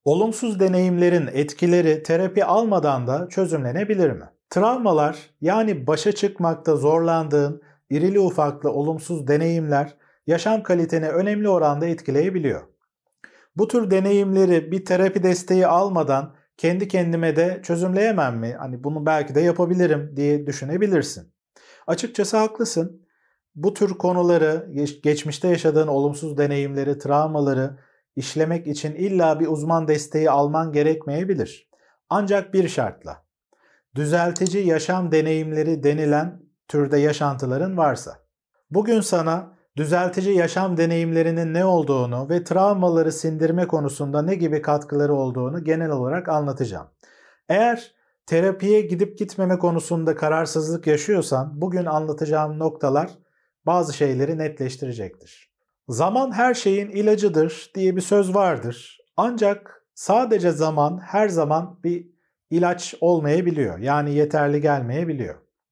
Olumsuz deneyimlerin etkileri terapi almadan da çözümlenebilir mi? Travmalar, yani başa çıkmakta zorlandığın irili ufaklı olumsuz deneyimler yaşam kaliteni önemli oranda etkileyebiliyor. Bu tür deneyimleri bir terapi desteği almadan kendi kendime de çözümleyemem mi? Hani bunu belki de yapabilirim diye düşünebilirsin. Açıkçası haklısın. Bu tür konuları, geçmişte yaşadığın olumsuz deneyimleri, travmaları işlemek için illa bir uzman desteği alman gerekmeyebilir. Ancak bir şartla, düzeltici yaşam deneyimleri denilen türde yaşantıların varsa. Bugün sana düzeltici yaşam deneyimlerinin ne olduğunu ve travmaları sindirme konusunda ne gibi katkıları olduğunu genel olarak anlatacağım. Eğer terapiye gidip gitmeme konusunda kararsızlık yaşıyorsan bugün anlatacağım noktalar bazı şeyleri netleştirecektir. Zaman her şeyin ilacıdır diye bir söz vardır. Ancak sadece zaman her zaman bir ilaç olmayabiliyor. Yani yeterli gelmeyebiliyor.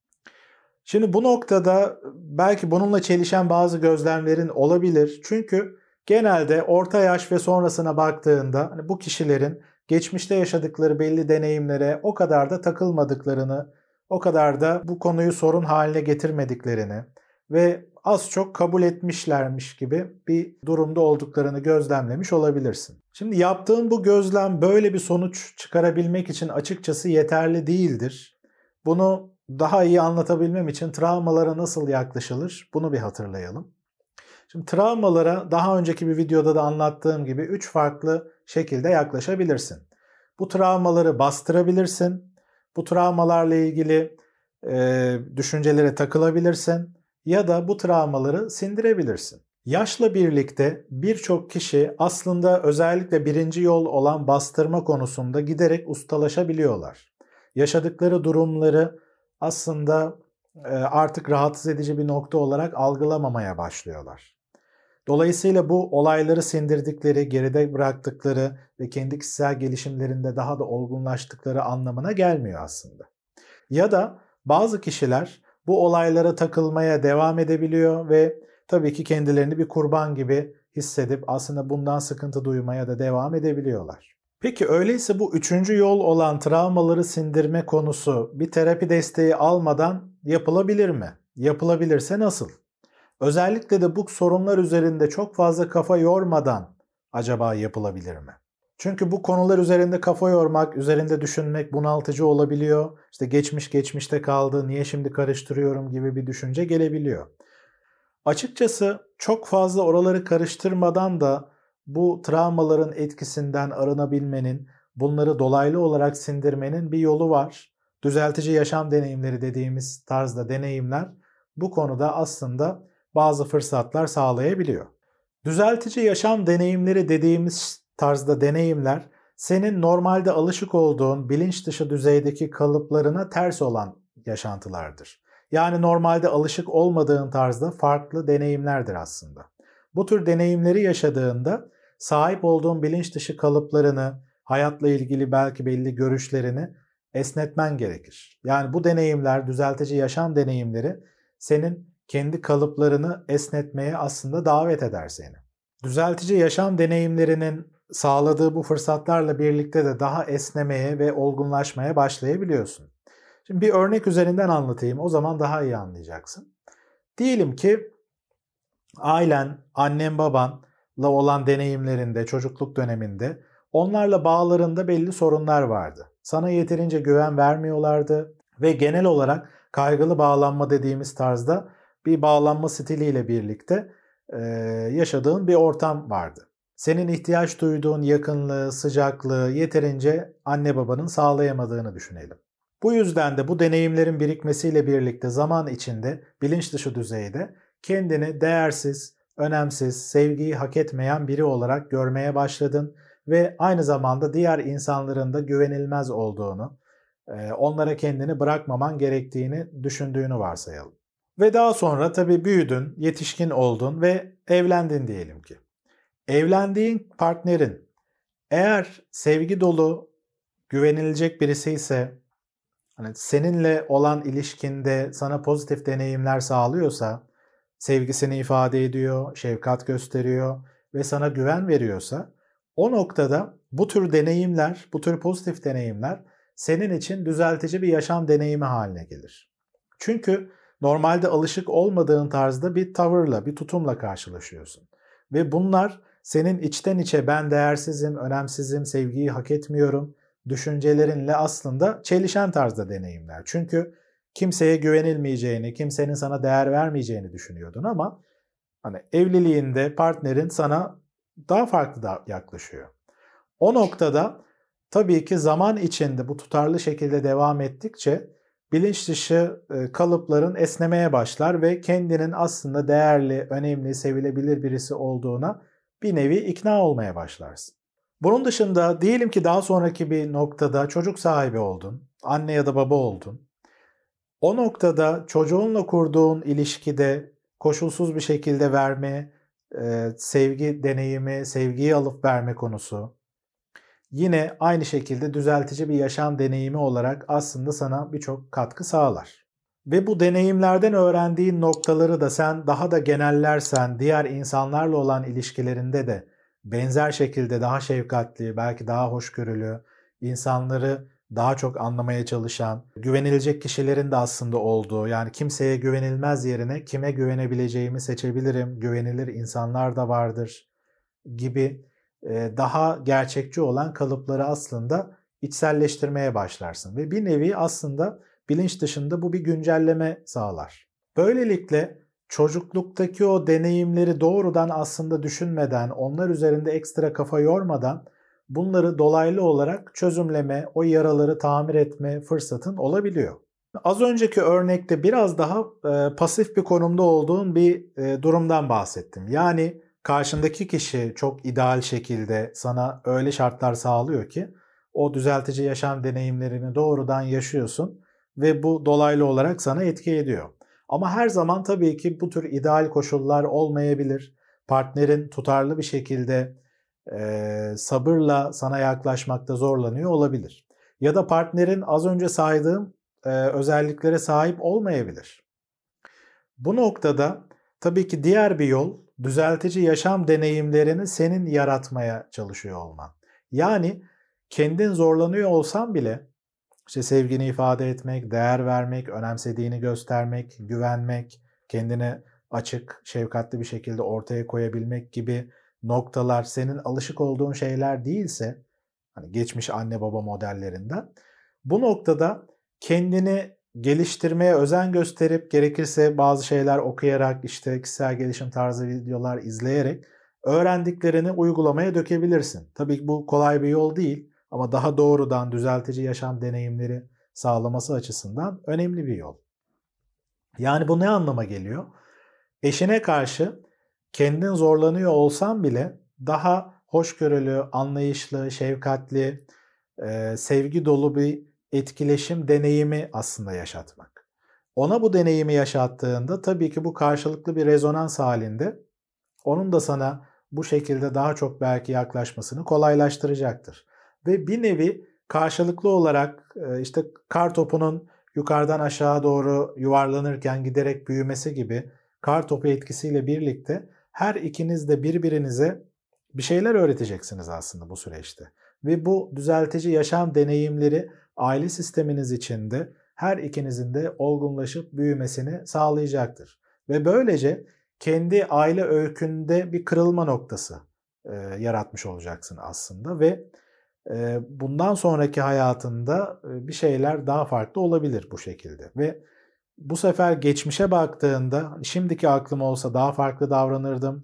Şimdi bu noktada belki bununla çelişen bazı gözlemlerin olabilir. Çünkü genelde orta yaş ve sonrasına baktığında bu kişilerin geçmişte yaşadıkları belli deneyimlere o kadar da takılmadıklarını, o kadar da bu konuyu sorun haline getirmediklerini ve az çok kabul etmişlermiş gibi bir durumda olduklarını gözlemlemiş olabilirsin. Şimdi yaptığın bu gözlem böyle bir sonuç çıkarabilmek için açıkçası yeterli değildir. Bunu daha iyi anlatabilmem için travmalara nasıl yaklaşılır bunu bir hatırlayalım. Şimdi travmalara daha önceki bir videoda da anlattığım gibi 3 farklı şekilde yaklaşabilirsin. Bu travmaları bastırabilirsin. Bu travmalarla ilgili düşüncelere takılabilirsin. Ya da bu travmaları sindirebilirsin. Yaşla birlikte birçok kişi aslında özellikle birinci yol olan bastırma konusunda giderek ustalaşabiliyorlar. Yaşadıkları durumları aslında artık rahatsız edici bir nokta olarak algılamamaya başlıyorlar. Dolayısıyla bu olayları sindirdikleri, geride bıraktıkları ve kendi kişisel gelişimlerinde daha da olgunlaştıkları anlamına gelmiyor aslında. Ya da bazı kişiler bu olaylara takılmaya devam edebiliyor ve tabii ki kendilerini bir kurban gibi hissedip aslında bundan sıkıntı duymaya da devam edebiliyorlar. Peki öyleyse bu üçüncü yol olan travmaları sindirme konusu bir terapi desteği almadan yapılabilir mi? Yapılabilirse nasıl? Özellikle de bu sorunlar üzerinde çok fazla kafa yormadan acaba yapılabilir mi? Çünkü bu konular üzerinde kafa yormak, üzerinde düşünmek bunaltıcı olabiliyor. İşte geçmiş geçmişte kaldı, niye şimdi karıştırıyorum gibi bir düşünce gelebiliyor. Açıkçası çok fazla oraları karıştırmadan da bu travmaların etkisinden arınabilmenin, bunları dolaylı olarak sindirmenin bir yolu var. Düzeltici yaşam deneyimleri dediğimiz tarzda deneyimler bu konuda aslında bazı fırsatlar sağlayabiliyor. Düzeltici yaşam deneyimleri dediğimiz tarzda deneyimler senin normalde alışık olduğun bilinç dışı düzeydeki kalıplarına ters olan yaşantılardır. Yani normalde alışık olmadığın tarzda farklı deneyimlerdir aslında. Bu tür deneyimleri yaşadığında sahip olduğun bilinç dışı kalıplarını, hayatla ilgili belki belli görüşlerini esnetmen gerekir. Yani bu deneyimler, düzeltici yaşam deneyimleri senin kendi kalıplarını esnetmeye aslında davet eder seni. Düzeltici yaşam deneyimlerinin sağladığı bu fırsatlarla birlikte de daha esnemeye ve olgunlaşmaya başlayabiliyorsun. Şimdi bir örnek üzerinden anlatayım, o zaman daha iyi anlayacaksın. Diyelim ki ailen, annen babanla olan deneyimlerinde, çocukluk döneminde onlarla bağlarında belli sorunlar vardı. Sana yeterince güven vermiyorlardı ve genel olarak kaygılı bağlanma dediğimiz tarzda bir bağlanma stiliyle birlikte yaşadığın bir ortam vardı. Senin ihtiyaç duyduğun yakınlığı, sıcaklığı yeterince anne babanın sağlayamadığını düşünelim. Bu yüzden de bu deneyimlerin birikmesiyle birlikte zaman içinde bilinç dışı düzeyde kendini değersiz, önemsiz, sevgiyi hak etmeyen biri olarak görmeye başladın ve aynı zamanda diğer insanların da güvenilmez olduğunu, onlara kendini bırakmaman gerektiğini düşündüğünü varsayalım. Ve daha sonra tabii büyüdün, yetişkin oldun ve evlendin diyelim ki. Evlendiğin partnerin eğer sevgi dolu, güvenilecek birisi ise, hani seninle olan ilişkinde sana pozitif deneyimler sağlıyorsa, sevgisini ifade ediyor, şefkat gösteriyor ve sana güven veriyorsa, O noktada bu tür deneyimler, bu tür pozitif deneyimler senin için düzeltici bir yaşam deneyimi haline gelir. Çünkü normalde alışık olmadığın tarzda bir tavırla, bir tutumla karşılaşıyorsun. Ve bunlar senin içten içe ben değersizim, önemsizim, sevgiyi hak etmiyorum düşüncelerinle aslında çelişen tarzda deneyimler. Çünkü kimseye güvenilmeyeceğini, kimsenin sana değer vermeyeceğini düşünüyordun ama hani evliliğinde partnerin sana daha farklı da yaklaşıyor. O noktada tabii ki zaman içinde bu tutarlı şekilde devam ettikçe bilinç dışı kalıpların esnemeye başlar ve kendinin aslında değerli, önemli, sevilebilir birisi olduğuna bir nevi ikna olmaya başlarsın. Bunun dışında diyelim ki daha sonraki bir noktada çocuk sahibi oldun, anne ya da baba oldun. O noktada çocuğunla kurduğun ilişkide koşulsuz bir şekilde verme, sevgi deneyimi, sevgiyi alıp verme konusu yine aynı şekilde düzeltici bir yaşam deneyimi olarak aslında sana birçok katkı sağlar. Ve bu deneyimlerden öğrendiğin noktaları da sen daha da genellersen diğer insanlarla olan ilişkilerinde de benzer şekilde daha şefkatli, belki daha hoşgörülü, insanları daha çok anlamaya çalışan, güvenilecek kişilerin de aslında olduğu, yani kimseye güvenilmez yerine kime güvenebileceğimi seçebilirim, güvenilir insanlar da vardır gibi daha gerçekçi olan kalıpları aslında içselleştirmeye başlarsın. Ve bir nevi aslında bilinç dışında bu bir güncelleme sağlar. Böylelikle çocukluktaki o deneyimleri doğrudan aslında düşünmeden, onlar üzerinde ekstra kafa yormadan bunları dolaylı olarak çözümleme, o yaraları tamir etme fırsatın olabiliyor. Az önceki örnekte biraz daha pasif bir konumda olduğun bir durumdan bahsettim. Yani karşındaki kişi çok ideal şekilde sana öyle şartlar sağlıyor ki o düzeltici yaşam deneyimlerini doğrudan yaşıyorsun ve bu dolaylı olarak sana etki ediyor. Ama her zaman tabii ki bu tür ideal koşullar olmayabilir. Partnerin tutarlı bir şekilde sabırla sana yaklaşmakta zorlanıyor olabilir. Ya da partnerin az önce saydığım özelliklere sahip olmayabilir. Bu noktada tabii ki diğer bir yol düzeltici yaşam deneyimlerini senin yaratmaya çalışıyor olman. Yani kendin zorlanıyor olsan bile işte sevgini ifade etmek, değer vermek, önemsediğini göstermek, güvenmek, kendini açık, şefkatli bir şekilde ortaya koyabilmek gibi noktalar senin alışık olduğun şeyler değilse, hani geçmiş anne baba modellerinden, bu noktada kendini geliştirmeye özen gösterip gerekirse bazı şeyler okuyarak, işte kişisel gelişim tarzı videolar izleyerek öğrendiklerini uygulamaya dökebilirsin. Tabii ki bu kolay bir yol değil ama daha doğrudan düzeltici yaşam deneyimleri sağlaması açısından önemli bir yol. Yani bu ne anlama geliyor? Eşine karşı kendin zorlanıyor olsan bile daha hoşgörülü, anlayışlı, şefkatli, sevgi dolu bir etkileşim deneyimi aslında yaşatmak. Ona bu deneyimi yaşattığında tabii ki bu karşılıklı bir rezonans halinde onun da sana bu şekilde daha çok belki yaklaşmasını kolaylaştıracaktır. Ve bir nevi karşılıklı olarak işte kar topunun yukarıdan aşağı doğru yuvarlanırken giderek büyümesi gibi kar topu etkisiyle birlikte her ikiniz de birbirinize bir şeyler öğreteceksiniz aslında bu süreçte. Ve bu düzeltici yaşam deneyimleri aile sisteminiz içinde her ikinizin de olgunlaşıp büyümesini sağlayacaktır. Ve böylece kendi aile öykünde bir kırılma noktası yaratmış olacaksın aslında ve bundan sonraki hayatında bir şeyler daha farklı olabilir bu şekilde. Ve bu sefer geçmişe baktığında şimdiki aklım olsa daha farklı davranırdım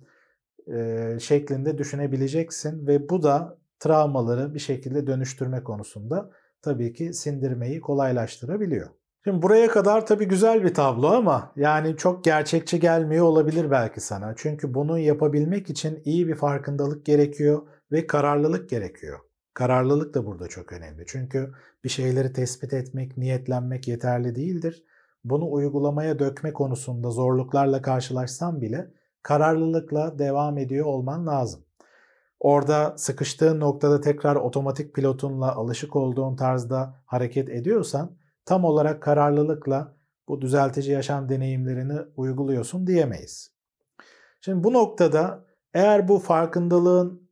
şeklinde düşünebileceksin ve bu da travmaları bir şekilde dönüştürme konusunda tabii ki sindirmeyi kolaylaştırabiliyor. Şimdi buraya kadar tabii güzel bir tablo ama yani çok gerçekçi gelmiyor olabilir belki sana. Çünkü bunu yapabilmek için iyi bir farkındalık gerekiyor ve kararlılık gerekiyor. Kararlılık da burada çok önemli. Çünkü bir şeyleri tespit etmek, niyetlenmek yeterli değildir. Bunu uygulamaya dökme konusunda zorluklarla karşılaşsan bile kararlılıkla devam ediyor olman lazım. Orada sıkıştığın noktada tekrar otomatik pilotunla alışık olduğun tarzda hareket ediyorsan tam olarak kararlılıkla bu düzeltici yaşam deneyimlerini uyguluyorsun diyemeyiz. Şimdi bu noktada eğer bu farkındalığın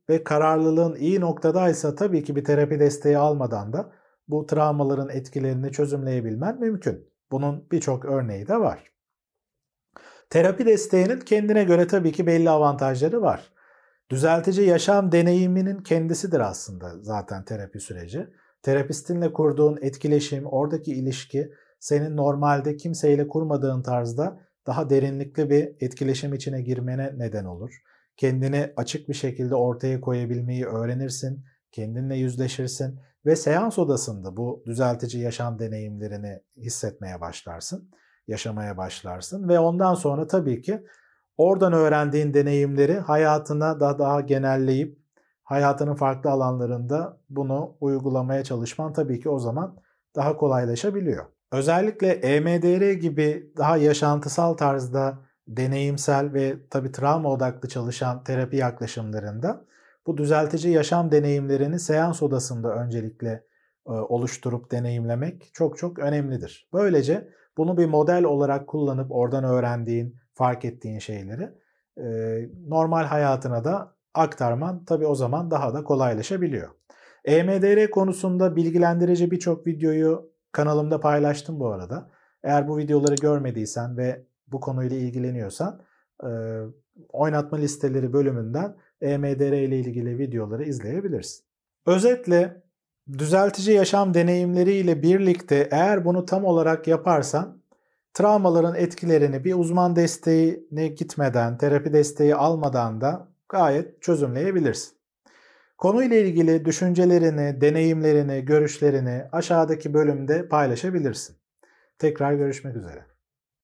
ve kararlılığın iyi noktadaysa tabii ki bir terapi desteği almadan da bu travmaların etkilerini çözümleyebilmen mümkün. Bunun birçok örneği de var. Terapi desteğinin kendine göre tabii ki belli avantajları var. Düzeltici yaşam deneyiminin kendisidir aslında zaten terapi süreci. Terapistinle kurduğun etkileşim, oradaki ilişki senin normalde kimseyle kurmadığın tarzda daha derinlikli bir etkileşim içine girmene neden olur. Kendini açık bir şekilde ortaya koyabilmeyi öğrenirsin, kendinle yüzleşirsin ve seans odasında bu düzeltici yaşam deneyimlerini hissetmeye başlarsın, yaşamaya başlarsın ve ondan sonra tabii ki oradan öğrendiğin deneyimleri hayatına daha genelleyip hayatının farklı alanlarında bunu uygulamaya çalışman tabii ki o zaman daha kolaylaşabiliyor. Özellikle EMDR gibi daha yaşantısal tarzda deneyimsel ve tabii travma odaklı çalışan terapi yaklaşımlarında bu düzeltici yaşam deneyimlerini seans odasında öncelikle oluşturup deneyimlemek çok çok önemlidir. Böylece bunu bir model olarak kullanıp oradan öğrendiğin, fark ettiğin şeyleri normal hayatına da aktarman tabii o zaman daha da kolaylaşabiliyor. EMDR konusunda bilgilendirici birçok videoyu kanalımda paylaştım bu arada. Eğer bu videoları görmediysen ve bu konuyla ilgileniyorsan oynatma listeleri bölümünden EMDR ile ilgili videoları izleyebilirsin. Özetle düzeltici yaşam deneyimleriyle birlikte eğer bunu tam olarak yaparsan travmaların etkilerini bir uzman desteğine gitmeden, terapi desteği almadan da gayet çözümleyebilirsin. Konuyla ilgili düşüncelerini, deneyimlerini, görüşlerini aşağıdaki bölümde paylaşabilirsin. Tekrar görüşmek üzere.